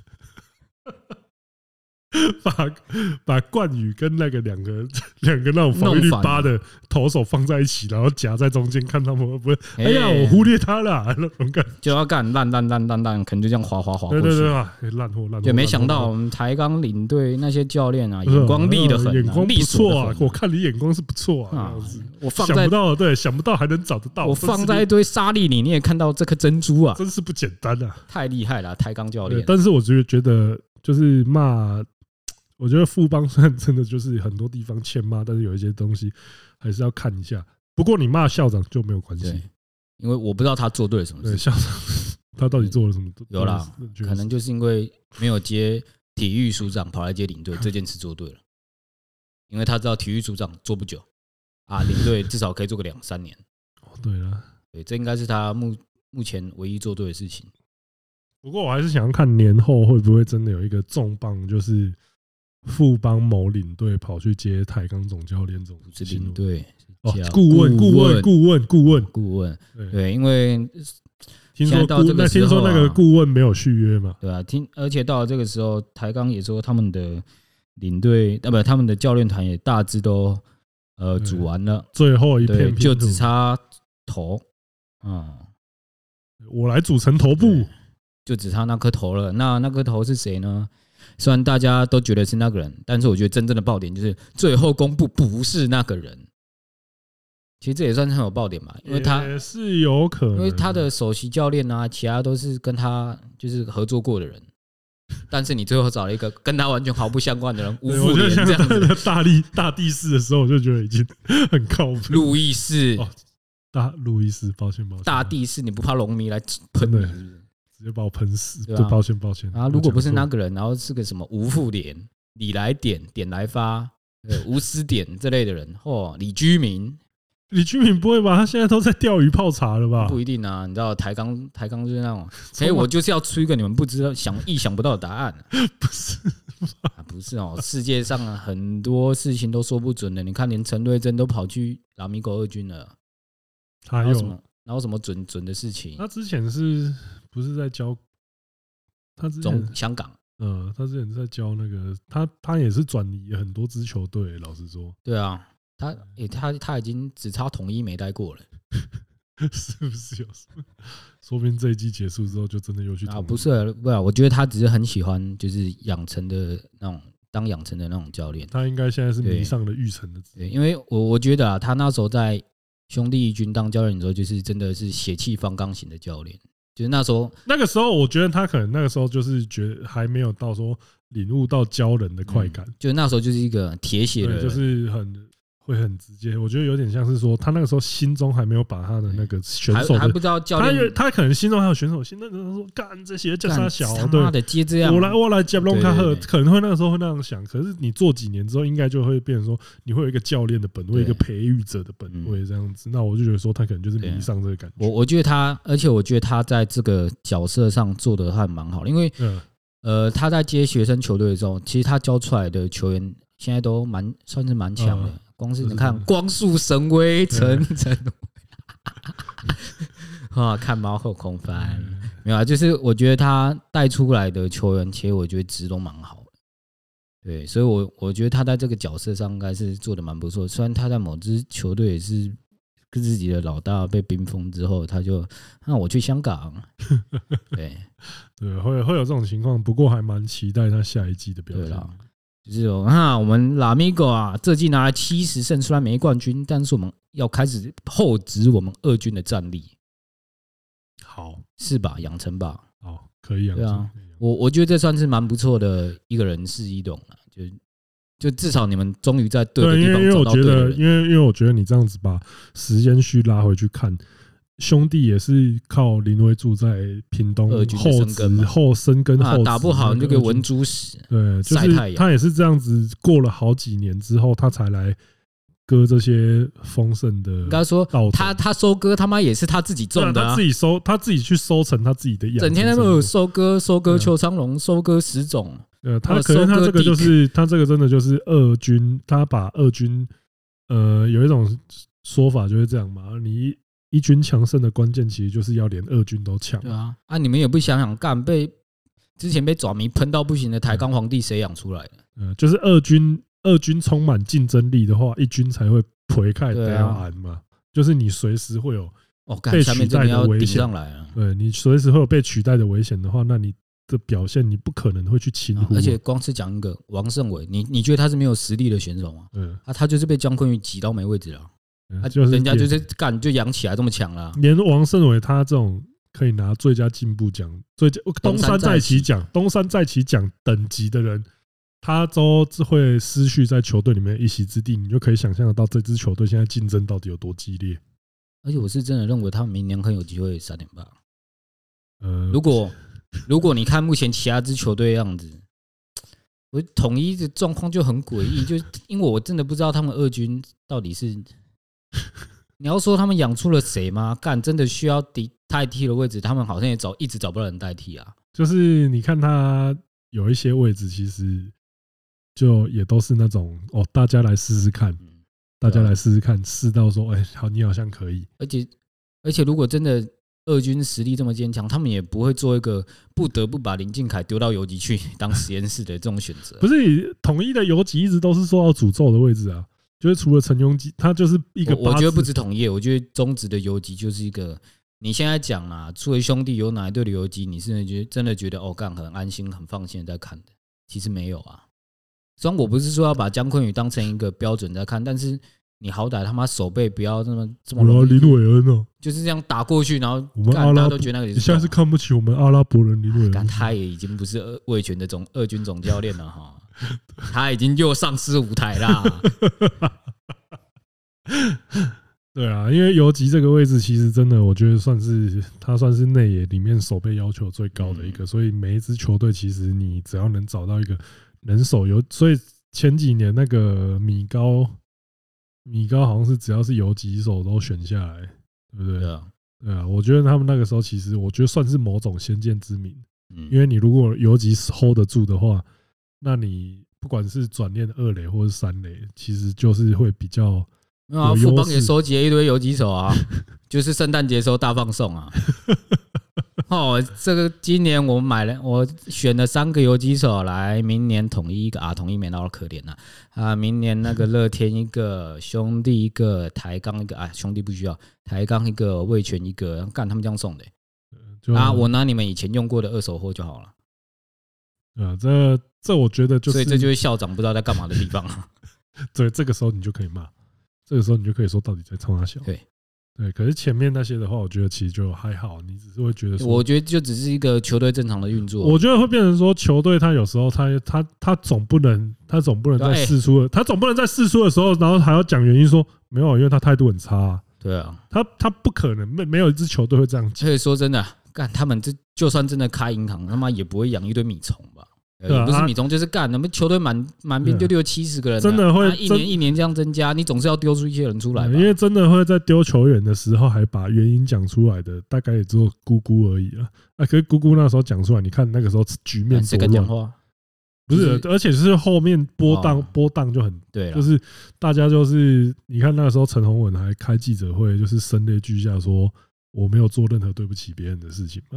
把把冠宇跟那个两个两个那种防御率八的投手放在一起，然后夹在中间，看他们会不会哎呀，我忽略他了那种感觉， 就要干烂烂烂烂烂，可能就这样滑滑滑过去。 对对对啊，烂货烂货。 就没想到我们台钢领队那些教练啊，眼光利得很， 眼光不错啊。我看你眼光是不错啊， 我放在想不到，对，想不到还能找得到。 我放在一堆沙粒里，你也看到这颗珍珠啊， 真是不简单啊！ 太厉害了，台钢教练。 但是我觉得觉得就是骂。我觉得富邦虽然真的就是很多地方欠骂，但是有一些东西还是要看一下。不过你骂校长就没有关系， 因为我不知道他做对了什么事。 校长他到底做了什么？ 有啦，可能就是因为没有接体育署长，跑来接领队这件事做对了。因为他知道体育署长做不久啊，领队至少可以做个两三年。 哦，对了， 对，这应该是他目目前唯一做对的事情。 不过我还是想要看年后会不会真的有一个重磅，就是。富邦某领队跑去接台钢总教练，这种是领队哦，顾问顾问顾问顾问顾问，对，因为听说到这个时候，听说那个顾问没有续约嘛， 对啊，听，而且到了这个时候，台钢也说他们的领队，啊不，他们的教练团也大致都呃组完了， 最后一片就只差头啊， 我来组成头部， 就只差那颗头了。那那颗头是谁呢？虽然大家都觉得是那个人，但是我觉得真正的爆点就是最后公布不是那个人。其实这也算是很有爆点吧，因为他也是有可能， 因为他的首席教练啊，其他都是跟他就是合作过的人，但是你最后找了一个跟他完全毫不相关的人，吴复联这样子。 大力大地士的时候，我就觉得已经很靠谱。 路易斯， 大路易斯，抱歉抱歉， 大地士，你不怕龙迷来喷你是不是？ 直接把我喷死，对，抱歉抱歉。 啊，如果不是那个人，然后是个什么吴复联、李来点、点来发、吴思点这类的人，或李居明， 李居明不会吧？他现在都在钓鱼泡茶了吧？ 不一定啊，你知道台钢台钢就是那种，所以我就是要出一个你们不知道、想意想不到的答案。 不是， 不是哦，世界上很多事情都说不准的。你看，连陈瑞珍都跑去拉米狗二军了， 还有什么？然后什么准准的事情？ 他之前是不是在教？他之前香港， 呃，他之前在教那个，他他也是转移很多支球队。老实说， 对啊，他诶，他他已经只差统一没待过了， 是不是有？说不定这一季结束之后，就真的又去啊？不是，不是，我觉得他只是很喜欢，就是养成的那种当养成的那种教练。 他应该现在是迷上了育成的， 对，因为我我觉得啊，他那时候在。兄弟一军当教练的时候，就是真的是血气方刚型的教练。就是那时候， 那个时候，我觉得他可能那个时候就是觉得还没有到说领悟到教人的快感。 嗯、就是那时候就是一个铁血的人， 就是很会很直接。我觉得有点像是说，他那个时候心中还没有把他的那个选手的， 还不知道教练， 他他可能心中还有选手心，那个时候说干这些叫他小， 他妈的接这样， 我来我来接龙卡赫，可能会那个时候会那样想。可是你做几年之后，应该就会变成说，你会有一个教练的本位，一个培育者的本位这样子。那我就觉得说，他可能就是迷上这个感觉。 我我觉得他，而且我觉得他在这个角色上做的还蛮好的，因为呃他在接学生球队的时候，其实他教出来的球员现在都蛮算是蛮强的。光是你看光速神威陈陈啊，看猫后空翻， 没有啊，就是我觉得他带出来的球员，其实我觉得值都蛮好的。对，所以我我觉得他在这个角色上应该是做的蛮不错。虽然他在某支球队也是跟自己的老大被冰封之后，他就那我去香港。对对，会会有这种情况，不过还蛮期待他下一季的表现。 就是有哈，我们拉米狗啊，这季拿了七十胜，虽然没冠军，但是我们要开始厚植我们二军的战力。 好， 是吧？养成吧。 好，可以养成。 对啊，我我觉得这算是蛮不错的一个人事异动了，就就至少你们终于在对的地方找到对的人。 因为因为我觉得你这样子把时间序拉回去看，兄弟也是靠林威柱在屏东后植后生根后打不好你就给文猪屎。 对，就是他也是这样子过了好几年之后，他才来割这些丰盛的。应该说他他收割他妈也是他自己种的、啊， 他自己收他自己去收成他自己的样。 整天他们有收割收割邱昌龙，收割石种。 呃，他可能他这个就是他这个真的就是二军，他把二军呃有一种说法就是这样嘛，你一军强盛的关键其实就是要连二军都强。 对啊，啊你们也不想想干，被之前被爪迷喷到不行的台钢皇帝谁养出来的？ 呃，就是二军二军充满竞争力的话，一军才会推开得要安嘛，就是你随时会有被取代的危险。对，你随时会有被取代的危险的话，那你的表现你不可能会去轻忽。 而且光是讲一个王胜伟，你你觉得他是没有实力的选手吗？嗯，啊，他就是被江坤宇挤到没位置了。啊，人家就是干就养起来这么强了。 连王胜伟他这种可以拿最佳进步奖、最佳东山再起奖、东山再起奖等级的人，他都会失去在球队里面一席之地，你就可以想象得到这支球队现在竞争到底有多激烈。 而且我是真的认为他们明年很有机会三连霸。 呃， 如果如果你看目前其他支球队的样子，我统一的状况就很诡异，就因为我真的不知道他们二军到底是。你要说他们养出了谁吗？干真的需要代替的位置，他们好像也找一直找不到人代替啊。 就是你看他有一些位置，其实就也都是那种哦，大家来试试看，大家来试试看，试到说，哎，好，你好像可以。 而且而且，如果真的二军实力这么坚强，他们也不会做一个不得不把林敬凯丢到游击去当实验室的这种选择。 不是统一的游击一直都是受到诅咒的位置啊。就是除了陈庸基，他就是一个。 我觉得不止统一，我觉得中职的游击就是一个。你现在讲啦，除了兄弟有哪一队的游击，你是觉得真的觉得哦，干很安心、很放心的在看的？其实没有啊。虽然我不是说要把江坤宇当成一个标准在看，但是你好歹他妈手背不要这么这么容易。 林伟恩哦， 就是这样打过去，然后我们阿拉都觉得那个你现在是看不起我们阿拉伯人林伟恩。 他也已经不是卫权的总二军总教练了哈。他已经又上失舞台啦。 对啊，因为游击这个位置其实真的，我觉得算是他算是内野里面守备要求最高的一个，所以每一支球队其实你只要能找到一个能守游，所以前几年那个米高米高好像是只要是游击手都选下来，对不对？对啊，对啊，我觉得他们那个时候其实我觉得算是某种先见之明，因为你如果游击 hold 得住的话。那你不管是转练二垒或是三垒，其实就是会比较没有啊。富邦也收集了一堆游击手啊，就是圣诞节时候大放送啊。哦，这个今年我买了，我选了三个游击手来，明年统一一个啊，统一没那么可怜啊。啊，明年那个乐天一个，兄弟一个，台钢一个啊，兄弟不需要，台钢一个，味全一个，干他们这样送的、欸。啊，我拿你们以前用过的二手货就好了。 啊，这这我觉得就是， 所以这就是校长不知道在干嘛的地方啊。 对，这个时候你就可以骂，这个时候你就可以说到底在冲他小。 对对，可是前面那些的话，我觉得其实就还好，你只是会觉得说， 我觉得就只是一个球队正常的运作。 我觉得会变成说，球队他有时候他他他总不能他总不能在释出，他总不能在释出的时候，然后还要讲原因说没有，因为他态度很差、啊。 对啊， 他他不可能没没有一支球队会这样讲。 所以说真的，干他们这就算真的开银行，他妈也不会养一堆米虫吧？ 对啊， 不是米虫就是干，我们球队满满边丢丢七十个人， 真的会一年一年这样增加，你总是要丢出一些人出来。 因为真的会在丢球员的时候还把原因讲出来的，大概也只有姑姑而已了。啊，可是姑姑那时候讲出来，你看那个时候局面多乱。不是，而且是后面波荡波荡就很对， 就是大家就是你看那个时候陈宏文还开记者会，就是声泪俱下说我没有做任何对不起别人的事情嘛。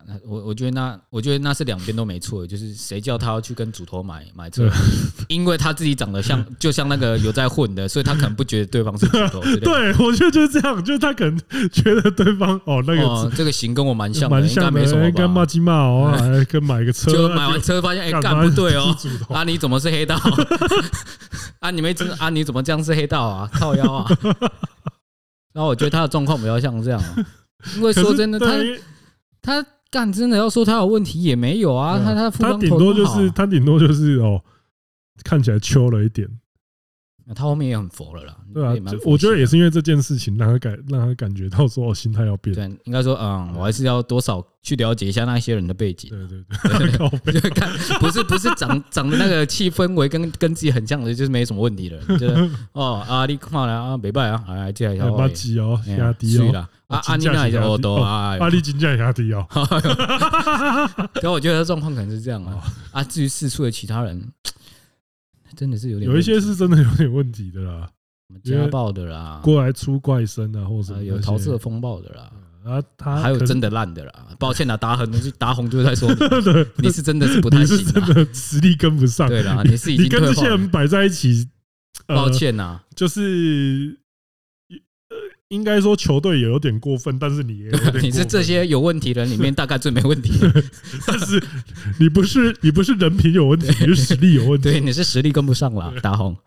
我我觉得那我觉得那是两边都没错，就是谁叫他要去跟主头买买车，因为他自己长得像就像那个有在混的，所以他可能不觉得对方是主头。 对，我觉得就是这样，就是他可能觉得对方哦那个、 哦、这个型跟我蛮像的， 蛮像的， 应该没什么吧？ 跟骂鸡骂哦，还跟买个车， 就买完车发现哎干不对哦，啊你怎么是黑道？啊你们啊你怎么这样是黑道啊？靠腰啊！然后我觉得他的状况比较像这样、啊，因为说真的他他。干真的要说他有问题也没有啊，他他他顶多就是他顶多就是哦，看起来秋了一点， 他后面也很佛了啦。 对啊，我觉得也是因为这件事情让他感让他感觉到说哦，心态要变。 对，应该说嗯，我还是要多少去了解一下那些人的背景。 对对对， 就看不是不是长长的那个气氛围跟跟自己很像的，就是没什么问题的人。就是哦啊，你看来啊，没办啊，来接下来把鸡哦压低哦。 啊啊！你那也是欧多啊！ 啊，你真正压低哦。 可我觉得状况可能是这样啊。啊，至于四处的其他人，真的是有点有一些是真的有点问题的啦， 家暴的啦， 过来出怪声啊，或者有桃色风暴的啦。 啊，他还有真的烂的啦。抱歉啦，打很多打红就在说你是真的是不太行， 你是真的实力跟不上。 对啦，你是已经你跟这些人摆在一起， 抱歉呐， 就是。应该说球队也有点过分，但是你也有点过分。 你是这些有问题的人里面大概最没问题的， 但是你不是你不是人品有问题，你是实力有问题。 对，你是实力跟不上了，大红。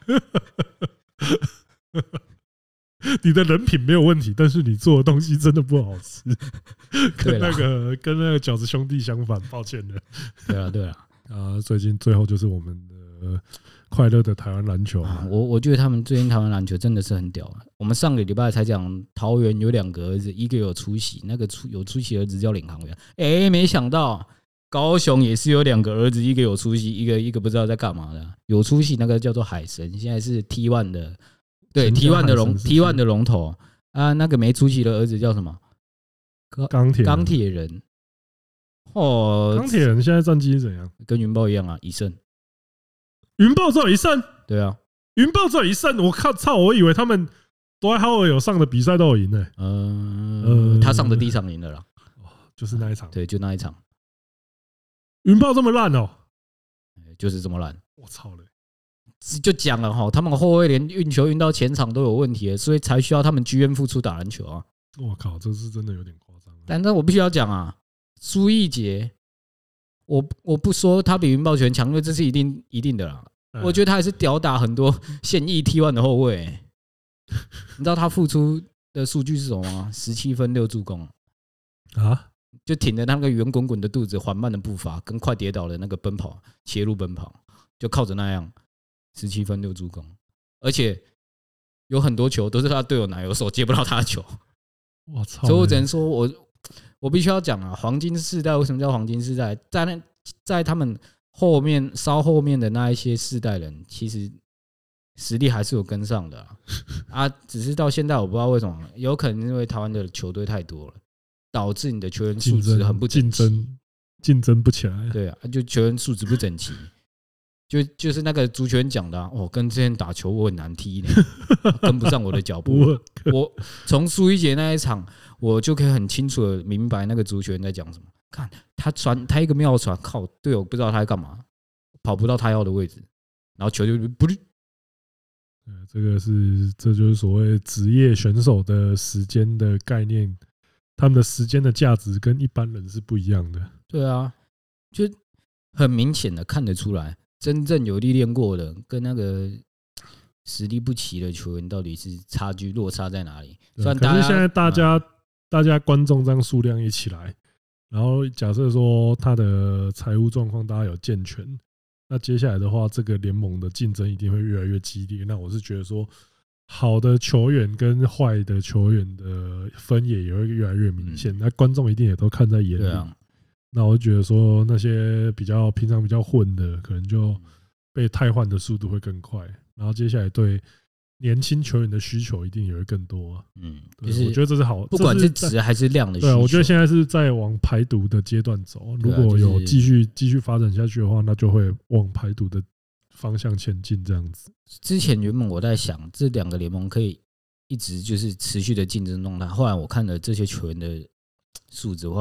你的人品没有问题，但是你做的东西真的不好吃，跟那个跟那个饺子兄弟相反，抱歉了。 对啊，对啊， 啊，最近最后就是我们的。快乐的台湾篮球、 啊，我我觉得他们最近台湾篮球真的是很屌。我们上个礼拜才讲桃园有两个儿子，一个有出息，那个出有出息儿子叫领航员。哎、欸，没想到高雄也是有两个儿子，一个有出息，一个一个不知道在干嘛的。有出息那个叫做海神，现在是 T 一 的，对 T 一 的龙 T 一 的龙头啊。那个没出息的儿子叫什么？ 钢铁钢铁人。哦， 钢铁人现在战绩是怎样？ 跟云豹一样啊，一胜。 云豹只有一胜， 对啊， 云豹只有一胜，我靠操！我以为他们都在浩尔有上的比赛都有赢呢。 嗯，他上的第一场赢了啦， 就是那一场， 对，就那一场。 云豹这么烂哦， 就是这么烂。 我操嘞！ 就讲了哈，他们后卫连运球运到前场都有问题，所以才需要他们 G M 复出打篮球啊。 我靠，这是真的有点夸张。 但是我必须要讲啊，苏奕杰。我我不说他比云豹拳强，因为这是一定一定的啦。我觉得他还是吊打很多现役 T 一 的后卫、欸。你知道他付出的数据是什么吗？十七分六助攻啊！ 就挺着那个圆滚滚的肚子，缓慢的步伐，跟快跌倒的那个奔跑，切入奔跑，就靠着那样十七分六助攻，而且有很多球都是他队友拿有手接不到他的球。 我操！ 所以我只能说我。我必须要讲啊，黄金世代为什么叫黄金世代？在那在他们后面稍后面的那一些世代人，其实实力还是有跟上的 啊, 啊，只是到现在我不知道为什么，有可能因为台湾的球队太多了，导致你的球员素质很不整齐， 竞争竞争不起来。 对啊，就球员素质不整齐。就就是那个足球员讲的、啊，我、哦、跟之前打球我很难踢呢，跟不上我的脚步。我从苏一杰那一场，我就可以很清楚的明白那个足球员在讲什么。看他传，他一个妙传，靠队友不知道他在干嘛，跑不到他要的位置，然后球就不对。 这个是这就是所谓职业选手的时间的概念，他们的时间的价值跟一般人是不一样的。 对啊，就很明显的看得出来。真正有历练过的，跟那个实力不齐的球员，到底是差距落差在哪里？ 可是现在大家、大家观众这样数量一起来，然后假设说他的财务状况大家有健全，那接下来的话，这个联盟的竞争一定会越来越激烈。那我是觉得说，好的球员跟坏的球员的分野也会越来越明显，那观众一定也都看在眼里。那我就觉得说，那些比较平常比较混的，可能就被汰换的速度会更快。然后接下来对年轻球员的需求一定也会更多。嗯，就是我觉得这是好， 不管是质还是量的需求。 对，我觉得现在是在往排毒的阶段走。如果有继续继续发展下去的话，那就会往排毒的方向前进。这样子。 之前原本我在想，这两个联盟可以一直就是持续的竞争状态。后来我看了这些球员的素质，后来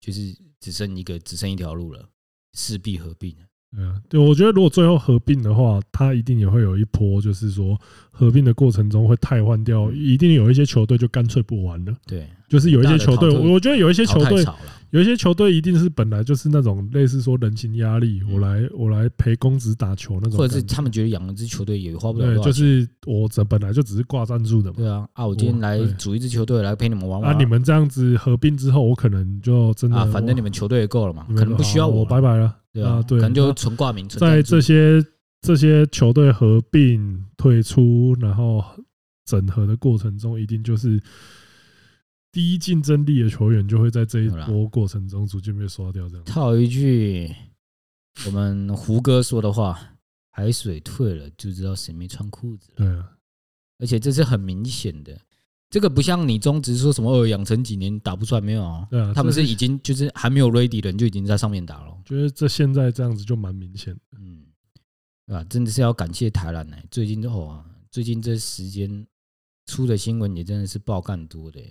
就是只剩一个，只剩一条路了，势必合并。 对啊，对，我觉得如果最后合并的话，它一定也会有一波，就是说合并的过程中会汰换掉，一定有一些球队就干脆不玩了。 对， 就是有一些球队，我觉得有一些球队，有一些球队一定是本来就是那种类似说人情压力，我来我来陪公子打球那种， 或者是他们觉得养一支球队也花不了多少钱， 就是我这本来就只是挂赞助的嘛。 对啊，啊，我今天来组一支球队来陪你们玩玩。 啊，你们这样子合并之后，我可能就真的啊，反正你们球队也够了嘛，可能不需要我，拜拜了。 对啊，对，可能就纯挂名。 在这些这些球队合并退出，然后整合的过程中，一定就是低竞争力的球员就会在这一波过程中逐渐被刷掉。这样套一句我们胡歌说的话：“海水退了，就知道谁没穿裤子了。” 对啊， 而且这是很明显的。这个不像你中职说什么呃养成几年打不出来没有啊？ 对啊， 他们是已经就是还没有 ready 的人就已经在上面打了。 觉得这现在这样子就蛮明显的， 嗯，对吧？真的是要感谢台篮呢。最近哦，最近这时间出的新闻也真的是爆干多的。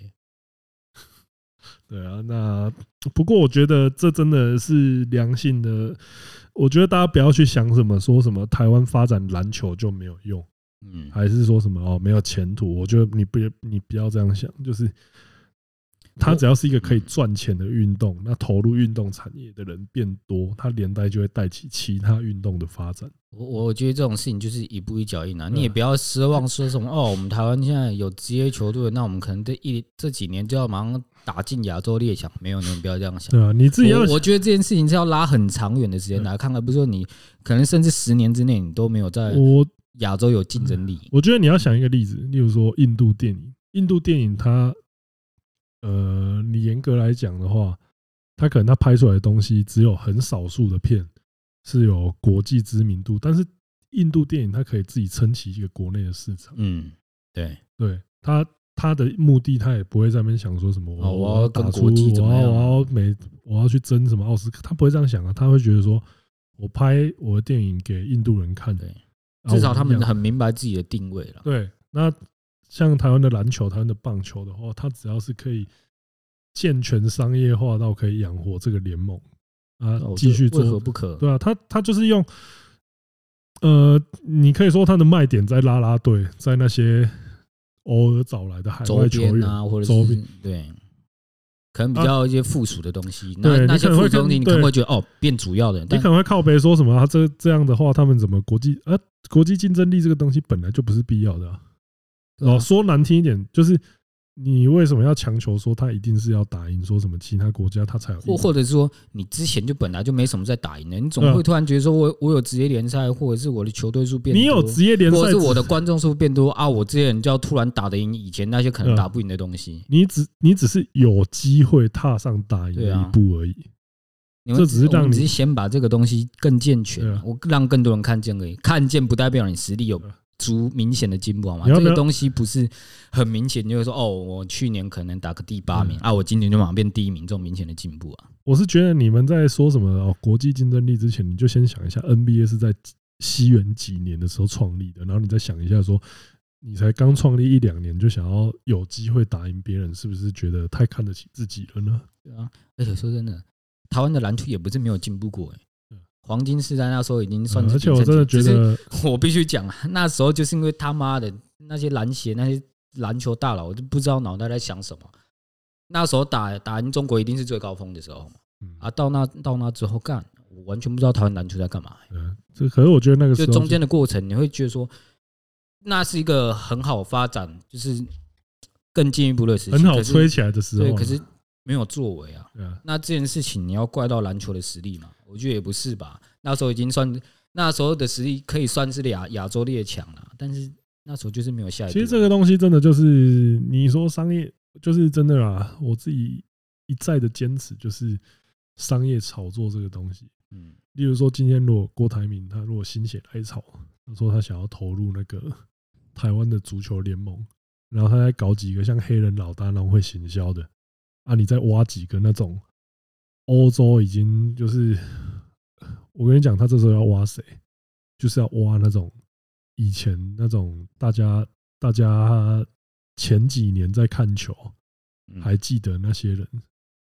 对啊，那不过我觉得这真的是良性的。我觉得大家不要去想什么说什么台湾发展篮球就没有用。嗯，还是说什么哦没有前途？我觉得你不你不要这样想，就是它只要是一个可以赚钱的运动，那投入运动产业的人变多，它连带就会带起其他运动的发展。 我我觉得这种事情就是一步一脚印啊，你也不要奢望说什么哦，我们台湾现在有职业球队，那我们可能这一这几年就要马上打进亚洲列强。没有，你们不要这样想。 对啊，你自己要我，我觉得这件事情是要拉很长远的时间来看，而不是说你可能甚至十年之内你都没有在我。亚洲有竞争力， 我觉得你要想一个例子，例如说印度电影，印度电影它，呃，你严格来讲的话，它可能它拍出来的东西只有很少数的片是有国际知名度，但是印度电影它可以自己撑起一个国内的市场。 嗯，对， 对，它它的目的它也不会在那边想说什么， 哦、我要打出，我要我要每我要去争什么奥斯卡，他不会这样想啊，他会觉得说我拍我的电影给印度人看。 对。至少他们很明白自己的定位了。 对，那像台湾的篮球、台湾的棒球的话，它只要是可以健全商业化到可以养活这个联盟啊，继续做， 为何不可？ 对啊，他他就是用，呃，你可以说他的卖点在啦啦队，在那些偶尔找来的海外球员啊，或者是对。可能比较一些附属的东西，那那些附属东西你可能会觉得哦变主要的， 你可能会靠北说什么啊？这这样的话，他们怎么国际啊？国际竞争力这个东西本来就不是必要的啊。哦，说难听一点，就是你为什么要强求说他一定是要打赢？说什么其他国家他才有？ 或或者是说你之前就本来就没什么在打赢的，你总会突然觉得说我我有职业联赛，或者是我的球队数变多， 你有职业联赛， 或者是我的观众数变多啊，我这些人就要突然打得赢以前那些可能打不赢的东西。 你只你只是有机会踏上打赢的一步而已。这只是让你只是先把这个东西更健全，我让更多人看见而已。看见不代表你实力有足明显的进步，好吗？这个东西不是很明显，就会说哦，我去年可能打个第八名啊，我今年就马上变第一名，这种明显的进步啊。 我是觉得你们在说什么哦国际竞争力之前，你就先想一下 N B A 是在西元几年的时候创立的，然后你再想一下说，你才刚创立一两年就想要有机会打赢别人，是不是觉得太看得起自己了呢？ 对啊，而且说真的。台湾的篮球也不是没有进步过，哎，黄金时代那时候已经算是， 而且我真的觉得， 我必须讲啊，那时候就是因为他妈的那些篮协、那些篮球大佬，我就不知道脑袋在想什么。那时候打打赢中国一定是最高峰的时候嘛，啊，到那到那之后干，我完全不知道台湾篮球在干嘛。 嗯，这可是我觉得那个时候就中间的过程，你会觉得说，那是一个很好发展，就是更进一步的事情， 很好吹起来的时候， 对，可是。没有作为啊，那这件事情你要怪到篮球的实力嘛？我觉得也不是吧。那时候已经算那时候的实力可以算是亚亚洲列强了，但是那时候就是没有下一步。 其实这个东西真的就是你说商业，就是真的啦。我自己一再的坚持，就是商业炒作这个东西。嗯，例如说今天如果郭台铭他如果心血来潮，他说他想要投入那个台湾的足球联盟，然后他再搞几个像黑人老大那种会行销的。啊！你再挖几个那种欧洲已经就是，我跟你讲，他这时候要挖谁，就是要挖那种以前那种大家大家前几年在看球，还记得那些人，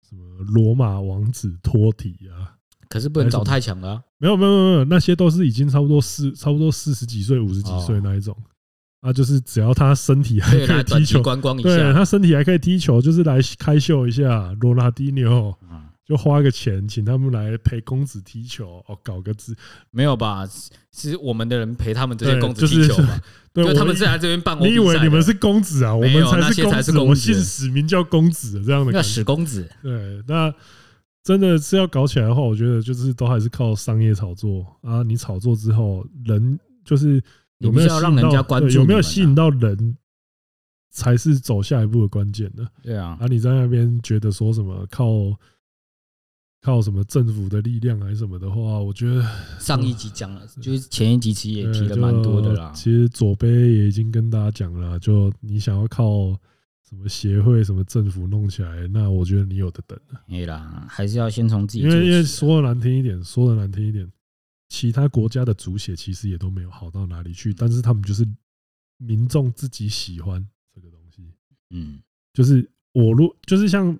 什么罗马王子托体啊， 可是不能找太强的啊。 没有没有没有，那些都是已经差不多四差不多四十几岁、五十几岁那一种。啊，就是只要他身体还可以踢球， 观光一下， 对他身体还可以踢球，就是来开秀一下。罗纳迪尼奥就花个钱请他们来陪公子踢球，哦，搞个字没有吧？是我们的人陪他们这些公子踢球吧？ 对， 就他们是来这边办。 你以为你们是公子啊？我们才是公子，我姓史名叫公子这样的。 叫史公子。 对，那真的是要搞起来的话，我觉得就是都还是靠商业炒作啊。你炒作之后，人就是。有没有让人家关注？ 有没有吸引到人，才是走下一步的关键的。 对啊， 啊，你在那边觉得说什么靠靠什么政府的力量还是什么的话，我觉得上一集讲了，就是前一集其实也提了蛮多的啦。 其实左杯也已经跟大家讲了，就你想要靠什么协会、什么政府弄起来，那我觉得你有的等了。 对啦，还是要先从自己。 因为因为说的难听一点，说的难听一点。其他国家的足协其实也都没有好到哪里去，但是他们就是民众自己喜欢这个东西。嗯，就是我如就是像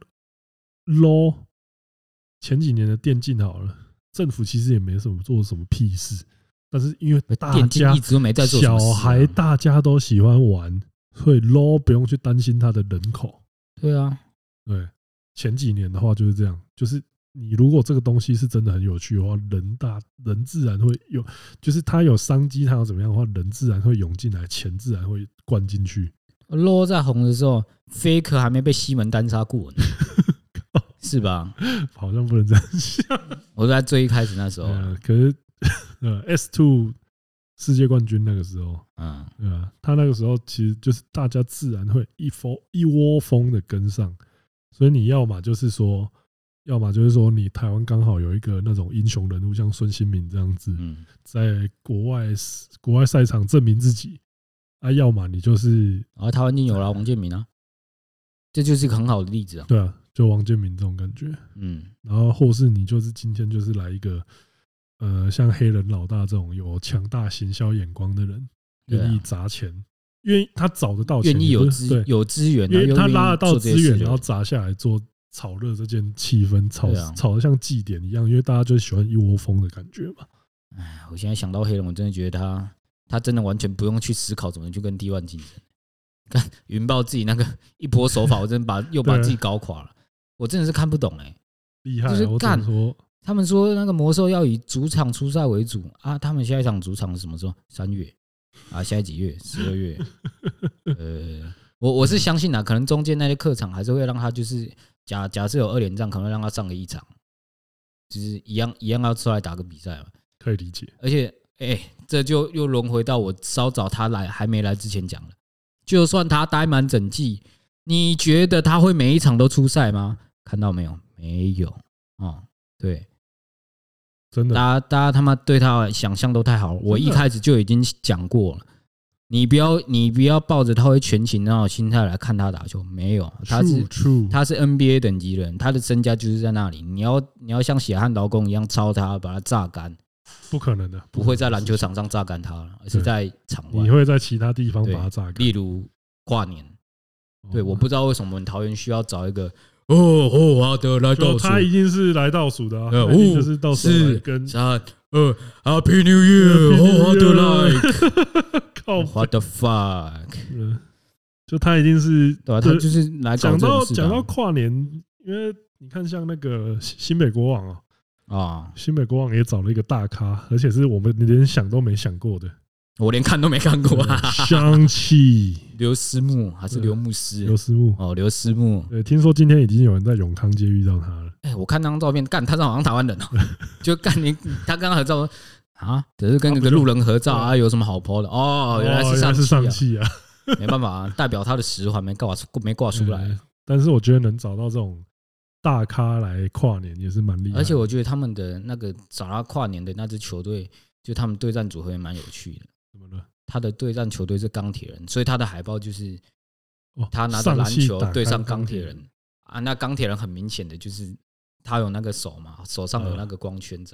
L O 前几年的电竞好了，政府其实也没什么做什么屁事，但是因为大家一直都没在做小孩大家都喜欢玩，所以 L O 不用去担心它的人口。 对啊， 对，前几年的话就是这样，就是。你如果这个东西是真的很有趣的话，人大人自然会有，就是他有商机，他要怎么样的话，人自然会涌进来，钱自然会灌进去。 L O 在红的时候 ，Faker 还没被西门单杀过呢，是吧？ 好像不能这样想。 我在最一开始那时候， 可是呃 S 二 世界冠军那个时候，嗯，对啊，他那个时候其实就是大家自然会一窝一窝蜂的跟上，所以你要嘛就是说。要么就是说，你台湾刚好有一个那种英雄人物，像孙兴民这样子，在国外国外赛场证明自己啊；要么你就是啊，台湾已经有了王建民啊，这就是一个很好的例子啊。 对啊，就王建民这种感觉，嗯，然后或是你就是今天就是来一个呃，像黑人老大这种有强大行销眼光的人，愿意砸钱，愿意他找得到钱， 愿意有资有资源， 因为他拉得到资源，然后砸下来做。炒热这件气氛，炒炒得像祭典一样，因为大家就喜欢一窝蜂的感觉嘛。 哎，我现在想到黑人，我真的觉得他，他真的完全不用去思考怎么去跟 D 一 竞争。看云豹自己那个一波手法，我真的把又把自己搞垮了。我真的是看不懂哎、欸， 厉害！ 就是干说， 他们说那个魔兽要以主场出赛为主啊，他们下一场主场是什么时候？三月啊，下一几月？十二月。呃，我我是相信啊，可能中间那些客场还是会让他就是。假假设有二连战，可能会让他上个一场，就是一样一样要出来打个比赛嘛， 可以理解。 而且，哎、欸，这就又轮回到我稍早他来还没来之前讲了，就算他待满整季，你觉得他会每一场都出赛吗？看到没有？没有哦，对， 真的， 大家大家他妈对他想象都太好了。我一开始就已经讲过了。你不要，你不要抱着他会全勤那种心态来看他打球，没有，他是他是 N B A 等级的人，他的身家就是在那里。你要你要像血汗劳工一样抄他，把他榨干， 不可能的， 不会在篮球场上榨干他了，而是在场外。 你会在其他地方把他榨干， 例如跨年。对，我不知道为什么我们桃园需要找一个哦哦阿德来倒数， 他一定是来倒数的啊，五就是倒数来跟三二 Happy New Year， 哦阿德来。What the fuck？ 就他一定是对啊，他就是来讲到讲到跨年，因为你看像那个新北国王啊，啊，新北国王也找了一个大咖，而且是我们连想都没想过的， 我连看都没看过啊。 香气刘思慕还是刘牧师？ 刘思慕哦，刘思慕。 对，听说今天已经有人在永康街遇到他了。 哎，我看那张照片，干，他好像台湾人哦，就干你，他刚刚合照。啊，只是跟那个路人合照啊，有什么好 po 的？哦，原来是上上气啊， 没办法啊，代表他的十环没挂没挂出来。 但是我觉得能找到这种大咖来跨年也是蛮厉害的。 而且我觉得他们的那个找他跨年的那支球队，就他们对战组合也蛮有趣的。 怎么了？ 他的对战球队是钢铁人，所以他的海报就是他拿着篮球对上钢铁人啊。那钢铁人很明显的就是他有那个手嘛，手上有那个光圈在。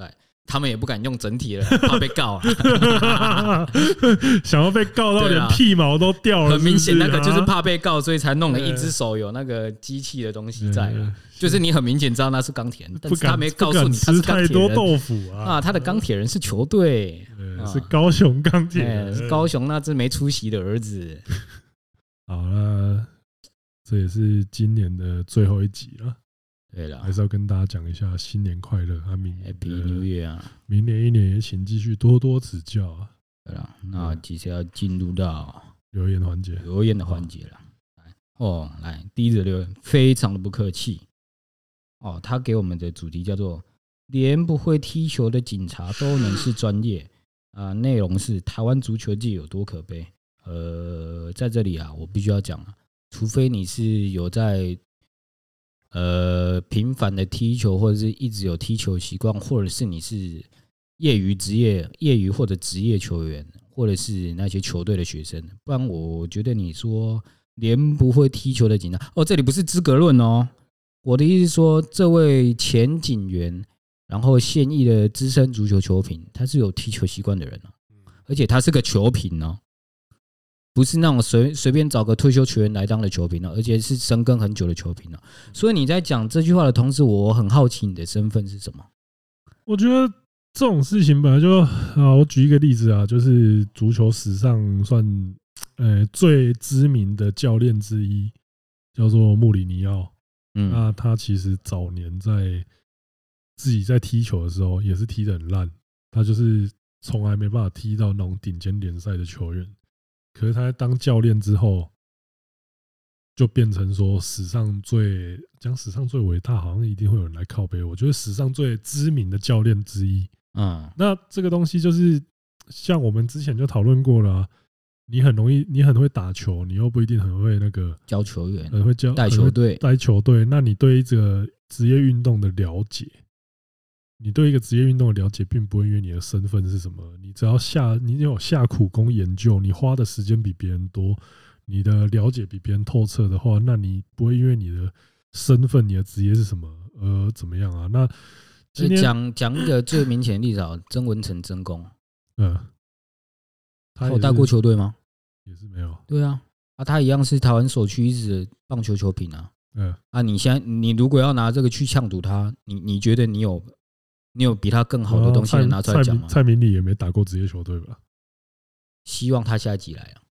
他们也不敢用整体了，怕被告啊。 想要被告到连屁毛都掉了， 很明显那个就是啊怕被告，所以才弄了一只手有那个机器的东西在啊。就是你很明显知道那是钢铁人，但是他没告诉你他是钢铁人。 吃太多豆腐啊！ 啊，他的钢铁人是球队， 是高雄钢铁人， 是高雄那只没出息的儿子。 好了，这也是今年的最后一集了。 对了， 还是要跟大家讲一下新年快乐啊！明年 Happy New Year 啊！ 明年一年也请继续多多指教啊！ 对了，那接下来要进入到留言环节， 留言的环节了。哦，来，第一则留言非常的不客气哦，他给我们的主题叫做“连不会踢球的警察都能是专业”啊，内容是台湾足球界有多可悲。呃，在这里啊，我必须要讲啊，除非你是有在呃频繁的踢球，或者是一直有踢球习惯，或者是你是业余职业、业余或者职业球员，或者是那些球队的学生，不然我觉得你说连不会踢球的警察，哦，这里不是资格论哦，我的意思是说，这位前警员，然后现役的资深足球球评，他是有踢球习惯的人哦，而且他是个球评哦，不是那种随随便找个退休球员来当的球评哦，而且是深耕很久的球评哦。所以你在讲这句话的同时，我很好奇你的身份是什么？ 我觉得这种事情本来就啊，我举一个例子啊，就是足球史上算呃最知名的教练之一，叫做穆里尼奥。嗯，那他其实早年在自己在踢球的时候，也是踢得很烂，他就是从来没办法踢到那种顶尖联赛的球员。可是他在当教练之后，就变成说史上最讲史上最伟大，好像一定会有人来靠背。我觉得史上最知名的教练之一。嗯，那这个东西就是像我们之前就讨论过了、啊，你很容易，你很会打球，你又不一定很会那个教球员， 很会教带球队， 带球队。那你对这个职业运动的了解？你对一个职业运动的了解，并不会因为你的身份是什么，你只要下你有下苦功研究，你花的时间比别人多，你的了解比别人透彻的话，那你不会因为你的身份、你的职业是什么而怎么样啊？那今天讲讲一个最明显的例子啊，曾文成曾公， 嗯， 他有带过球队吗？ 也是没有。 对啊，啊，他一样是台湾首屈一指的棒球球评啊。嗯，啊，你现在你如果要拿这个去呛赌他，你你觉得你有？你有比他更好的东西能拿出来讲吗？ 蔡明理也没打过职业球队吧？ 希望他下一集来啊。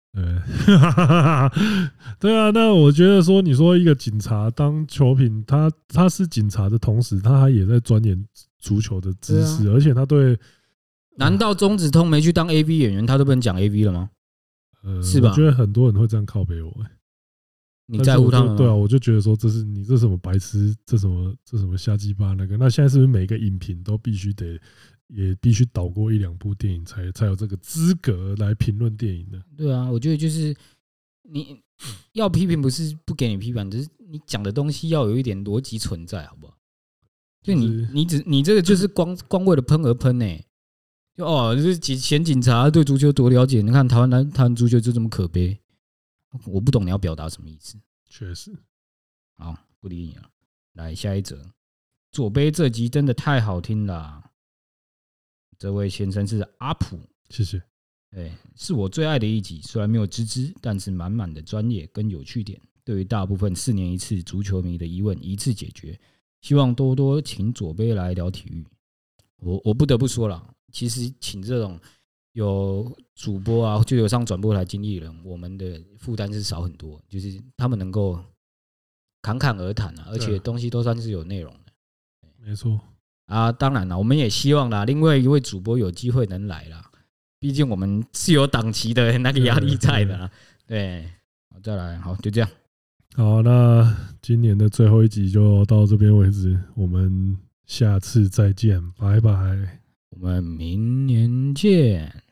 对啊，那我觉得说，你说一个警察当球评，他他是警察的同时，他也在钻研足球的知识，而且他对…… 难道中指通没去当 A V 演员，他都不能讲 A V 了吗？ 呃， 是吧？ 我觉得很多人会这样靠北我。 你在乎他们吗？ 对啊，我就觉得说这是你这什么白痴，这什么这什么瞎鸡巴那个。那现在是不是每个影评都必须得也必须导过一两部电影才才有这个资格来评论电影呢？ 对啊，我觉得就是你要批评不是不给你批评，只是你讲的东西要有一点逻辑存在，好不好？就你你只你这个就是光光为了喷而喷呢、欸。就哦，就是前警察对足球多了解，你看台湾台湾足球就这么可悲。我不懂你要表达什么意思。 确实， 好，不理你了。来下一则，左杯这集真的太好听了。这位先生是阿普， 谢谢。 对，是我最爱的一集，虽然没有吱吱，但是满满的专业跟有趣点，对于大部分四年一次足球迷的疑问一次解决。希望多多请左杯来聊体育。我我不得不说了，其实请这种。有主播啊，就有上转播台经历人，我们的负担是少很多，就是他们能够侃侃而谈啊，而且东西都算是有内容的。 没错啊，当然了，我们也希望啦，另外一位主播有机会能来啦，毕竟我们是有档期的那个压力在的啦。对，好，再来，好，就这样。 好，那今年的最后一集就到这边为止，我们下次再见，拜拜。 我们明年见。